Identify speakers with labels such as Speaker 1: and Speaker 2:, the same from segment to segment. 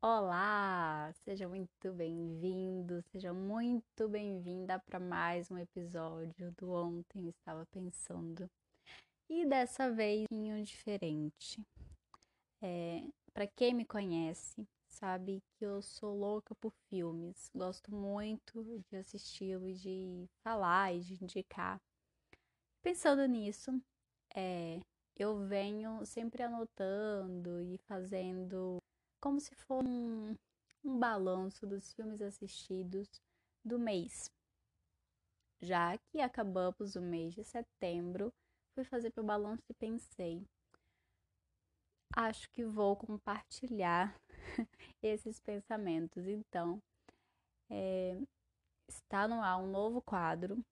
Speaker 1: Olá! Seja muito bem-vindo, seja muito bem-vinda para mais um episódio do Ontem Estava Pensando. E dessa vez, um pouquinho diferente. Para quem me conhece, sabe que eu sou louca por filmes. Gosto muito de assisti-los, de falar e de indicar. Pensando nisso, eu venho sempre anotando e fazendo como se fosse um balanço dos filmes assistidos do mês. Já que acabamos o mês de setembro, fui fazer meu balanço e pensei, acho que vou compartilhar esses pensamentos. Então, está no ar um novo quadro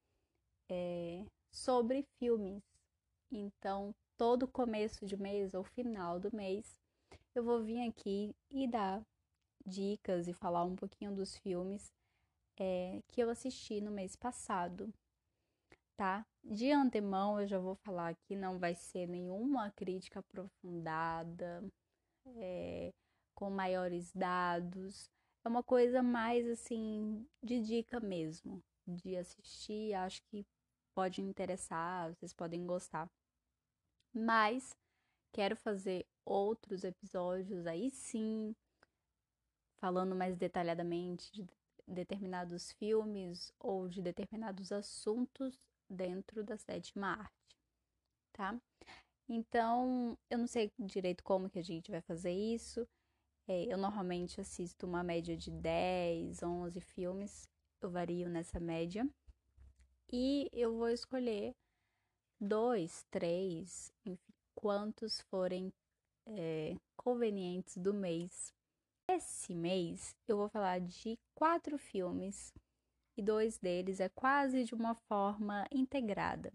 Speaker 1: sobre filmes. Então, todo começo de mês ou final do mês, eu vou vir aqui e dar dicas e falar um pouquinho dos filmes que eu assisti no mês passado, tá? De antemão, eu já vou falar que não vai ser nenhuma crítica aprofundada, com maiores dados. É uma coisa mais assim, de dica mesmo, de assistir. Acho que pode interessar, vocês podem gostar. Mas quero fazer outros episódios aí sim, falando mais detalhadamente de determinados filmes ou de determinados assuntos dentro da sétima arte, tá? Então, eu não sei direito como que a gente vai fazer isso. Eu normalmente assisto uma média de 10, 11 filmes, eu vario nessa média. E eu vou escolher dois, três, enfim, quantos forem convenientes do mês. Esse mês eu vou falar de 4 filmes e 2 deles é quase de uma forma integrada.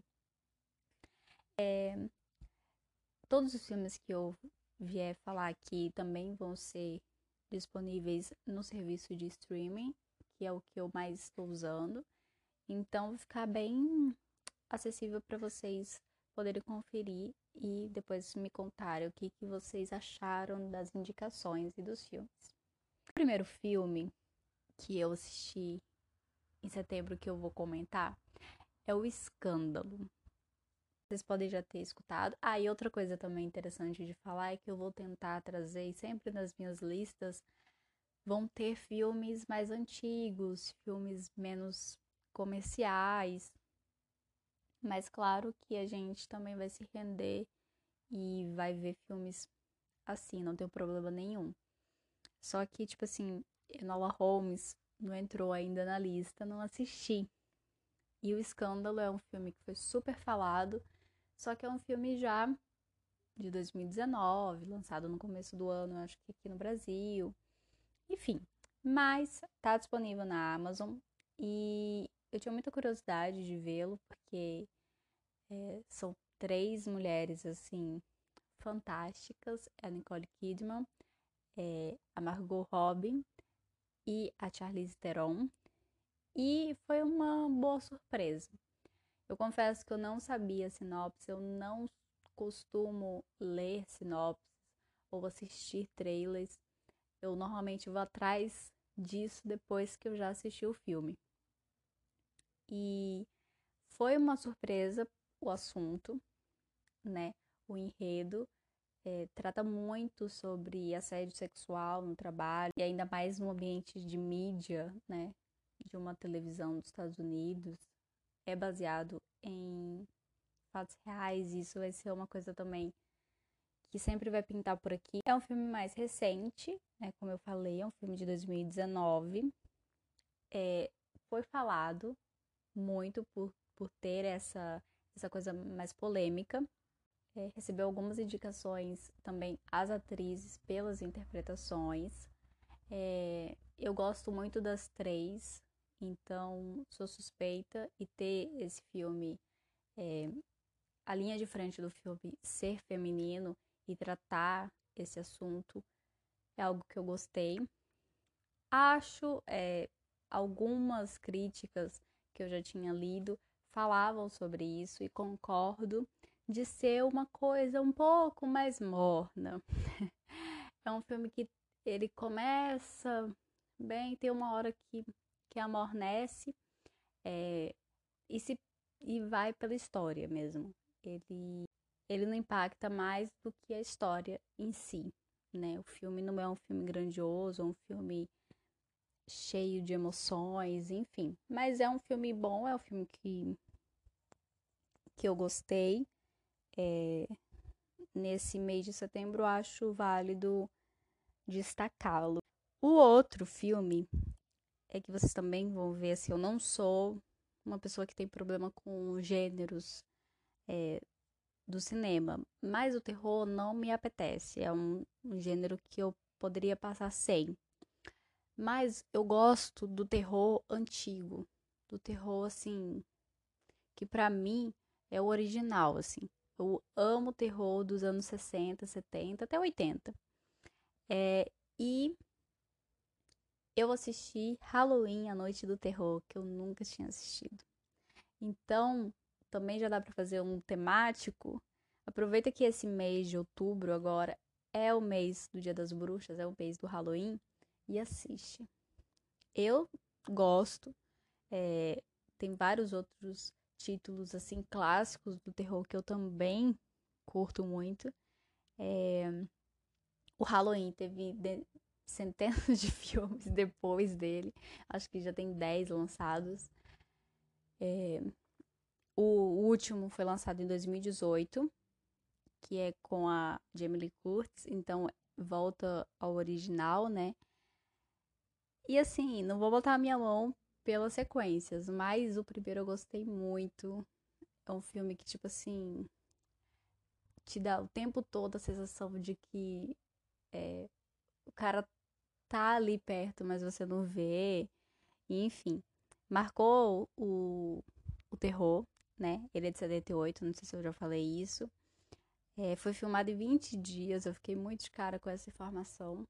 Speaker 1: Todos os filmes que eu vier falar aqui também vão ser disponíveis no serviço de streaming, que é o que eu mais estou usando. Então vai ficar bem acessível para vocês poderem conferir e depois me contarem o que vocês acharam das indicações e dos filmes. O primeiro filme que eu assisti em setembro que eu vou comentar é O Escândalo. Vocês podem já ter escutado. E outra coisa também interessante de falar é que eu vou tentar trazer, e sempre nas minhas listas, vão ter filmes mais antigos, filmes menos comerciais. Mas claro que a gente também vai se render e vai ver filmes assim, não tem problema nenhum. Só que, tipo assim, Enola Holmes não entrou ainda na lista, não assisti. E O Escândalo é um filme que foi super falado, só que é um filme já de 2019, lançado no começo do ano, acho que aqui no Brasil. Enfim, mas tá disponível na Amazon e eu tinha muita curiosidade de vê-lo, porque são 3 mulheres, assim, fantásticas. A Nicole Kidman, a Margot Robbie e a Charlize Theron. E foi uma boa surpresa. Eu confesso que eu não sabia sinopse, eu não costumo ler sinopses ou assistir trailers. Eu normalmente vou atrás disso depois que eu já assisti o filme. E foi uma surpresa o assunto, né? O enredo trata muito sobre assédio sexual no trabalho e ainda mais no ambiente de mídia, né? De uma televisão dos Estados Unidos. É baseado em fatos reais, e isso vai ser uma coisa também que sempre vai pintar por aqui. É um filme mais recente, né? Como eu falei, é um filme de 2019. Foi falado muito por ter essa coisa mais polêmica. Recebeu algumas indicações também às atrizes pelas interpretações. Eu gosto muito das 3, então sou suspeita, e ter esse filme, a linha de frente do filme ser feminino e tratar esse assunto é algo que eu gostei. Acho algumas críticas que eu já tinha lido falavam sobre isso e concordo de ser uma coisa um pouco mais morna. É um filme que ele começa bem, tem uma hora que amornece, é, e, se, e vai pela história mesmo. Ele não impacta mais do que a história em si, né? O filme não é um filme grandioso, é um filme cheio de emoções, enfim. Mas é um filme bom, é um filme que eu gostei. É, nesse mês de setembro, eu acho válido destacá-lo. O outro filme é que vocês também vão ver, assim, eu não sou uma pessoa que tem problema com gêneros do cinema, mas o terror não me apetece. É um gênero que eu poderia passar sem. Mas eu gosto do terror antigo, do terror, assim, que pra mim é o original, assim. Eu amo o terror dos anos 60, 70, até 80. E eu assisti Halloween, A Noite do Terror, que eu nunca tinha assistido. Então, também já dá pra fazer um temático. Aproveita que esse mês de outubro agora é o mês do Dia das Bruxas, é o mês do Halloween, e assiste. Eu gosto, é, tem vários outros títulos assim clássicos do terror que eu também curto muito. O Halloween teve centenas de filmes depois dele, acho que já tem 10 lançados. O último foi lançado em 2018, que é com a Jamie Lee Curtis, então volta ao original, né? E assim, não vou botar a minha mão pelas sequências, mas o primeiro eu gostei muito. É um filme que, tipo assim, te dá o tempo todo a sensação de que o cara tá ali perto, mas você não vê. E, enfim, marcou o terror, né? Ele é de 78, não sei se eu já falei isso. Foi filmado em 20 dias, eu fiquei muito de cara com essa informação.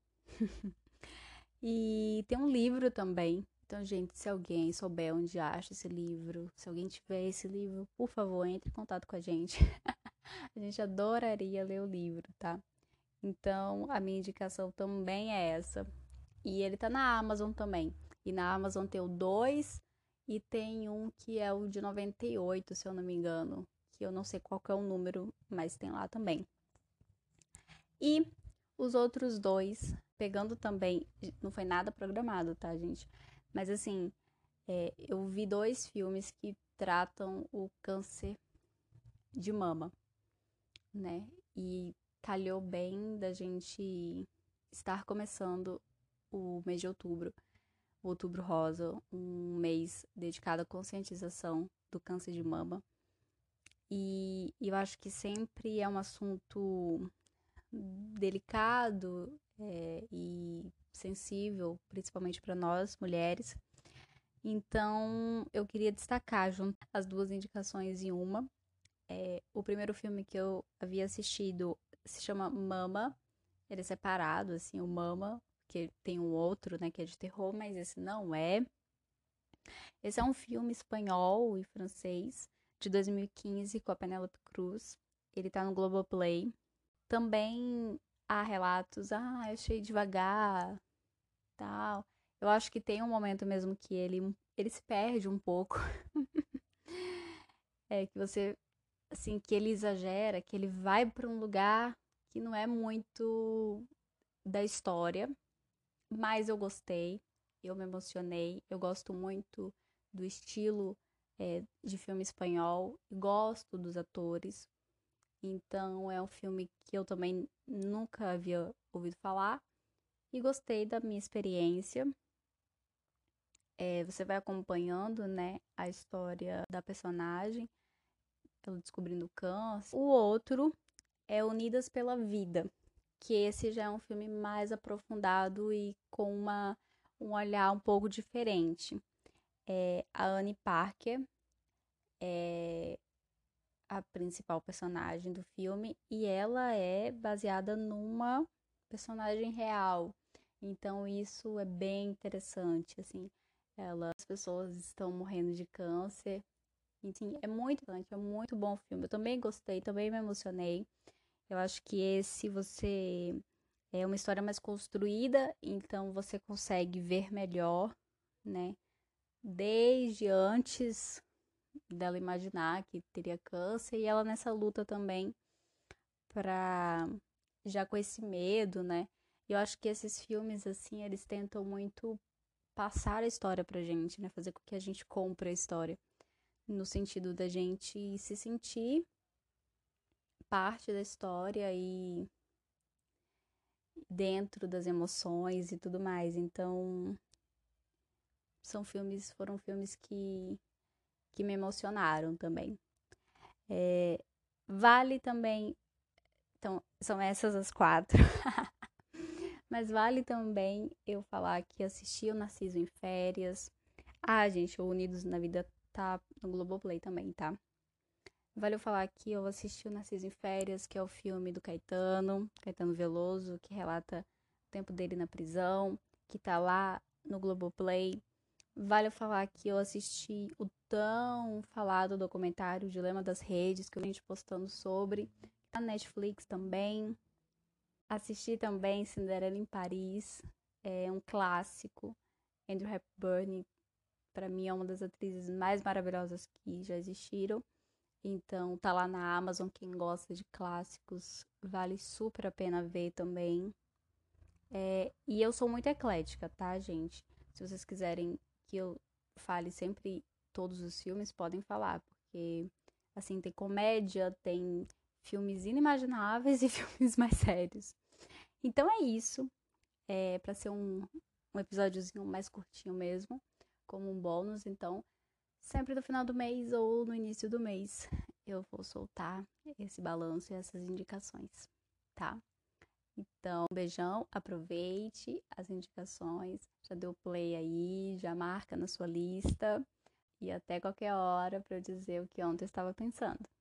Speaker 1: E tem um livro também. Então, gente, se alguém souber onde acha esse livro, se alguém tiver esse livro, por favor, entre em contato com a gente. A gente adoraria ler o livro, tá? Então, a minha indicação também é essa. E ele tá na Amazon também. E na Amazon tem o 2 e tem um que é o de 98, se eu não me engano. Que eu não sei qual que é o número, mas tem lá também. E os outros dois, pegando também, não foi nada programado, tá, gente? Mas assim, eu vi dois filmes que tratam o câncer de mama, né? E calhou bem da gente estar começando o mês de outubro, o Outubro Rosa, um mês dedicado à conscientização do câncer de mama. E eu acho que sempre é um assunto delicado e sensível, principalmente para nós, mulheres. Então, eu queria destacar junto as duas indicações em uma. O primeiro filme que eu havia assistido se chama Mama. Ele é separado, assim, o Mama, que tem um outro, né, que é de terror, mas esse não é. Esse é um filme espanhol e francês de 2015 com a Penélope Cruz. Ele tá no Globoplay. Também há relatos, eu achei devagar, tal. Eu acho que tem um momento mesmo que ele se perde um pouco. Que você, assim, que ele exagera, que ele vai para um lugar que não é muito da história, mas eu gostei, eu me emocionei, eu gosto muito do estilo de filme espanhol, gosto dos atores, então é um filme que eu também nunca havia ouvido falar e gostei da minha experiência. Você vai acompanhando, né, a história da personagem, ela descobrindo o câncer. O outro é Unidas pela Vida, que esse já é um filme mais aprofundado e com um olhar um pouco diferente. A Annie Parker é a principal personagem do filme e ela é baseada numa personagem real. Então isso é bem interessante, assim. As pessoas estão morrendo de câncer. Enfim, é muito interessante, é muito bom o filme. Eu também gostei, também me emocionei. Eu acho que esse você É uma história mais construída, então você consegue ver melhor, né? Desde antes dela imaginar que teria câncer e ela nessa luta também pra já com esse medo, né? E eu acho que esses filmes assim, eles tentam muito passar a história pra gente, né? Fazer com que a gente compre a história, no sentido da gente se sentir parte da história e dentro das emoções e tudo mais. Então, foram filmes que me emocionaram também. Vale também, então, são essas as 4. Mas vale também eu falar que assisti o Narciso em Férias. Ah, gente, o Unidos na Vida tá no Globoplay também, tá? Vale eu falar que eu assisti o Narciso em Férias, que é o filme do Caetano Veloso, que relata o tempo dele na prisão, que tá lá no Globoplay. Vale eu falar que eu assisti o tão falado documentário Dilema das Redes, que eu vi gente postando sobre, tá na Netflix também. Assisti também Cinderela em Paris, é um clássico. Andrew Hepburn, para mim, é uma das atrizes mais maravilhosas que já existiram. Então, tá lá na Amazon, quem gosta de clássicos, vale super a pena ver também. E eu sou muito eclética, tá, gente? Se vocês quiserem que eu fale sempre todos os filmes, podem falar, porque, assim, tem comédia, tem filmes inimagináveis e filmes mais sérios. Então é isso. É para ser um episódiozinho mais curtinho mesmo, como um bônus. Então, sempre no final do mês ou no início do mês, eu vou soltar esse balanço e essas indicações, tá? Então, beijão, aproveite as indicações, já deu play aí, já marca na sua lista e até qualquer hora para eu dizer o que ontem eu estava pensando.